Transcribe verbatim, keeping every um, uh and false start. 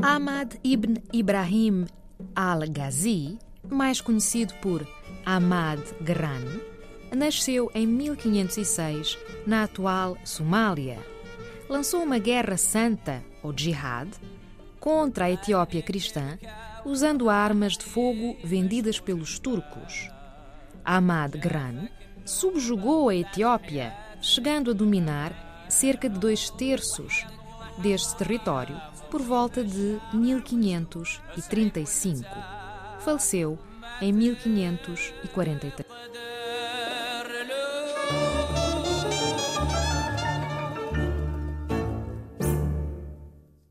Ahmad ibn Ibrahim al-Ghazi, mais conhecido por Ahmad Gran, nasceu em mil quinhentos e seis na atual Somália. Lançou uma guerra santa, ou jihad, contra a Etiópia cristã, usando armas de fogo vendidas pelos turcos. Ahmad Gran subjugou a Etiópia, chegando a dominar cerca de dois terços deste território por volta de mil quinhentos e trinta e cinco. Faleceu em mil quinhentos e quarenta e três.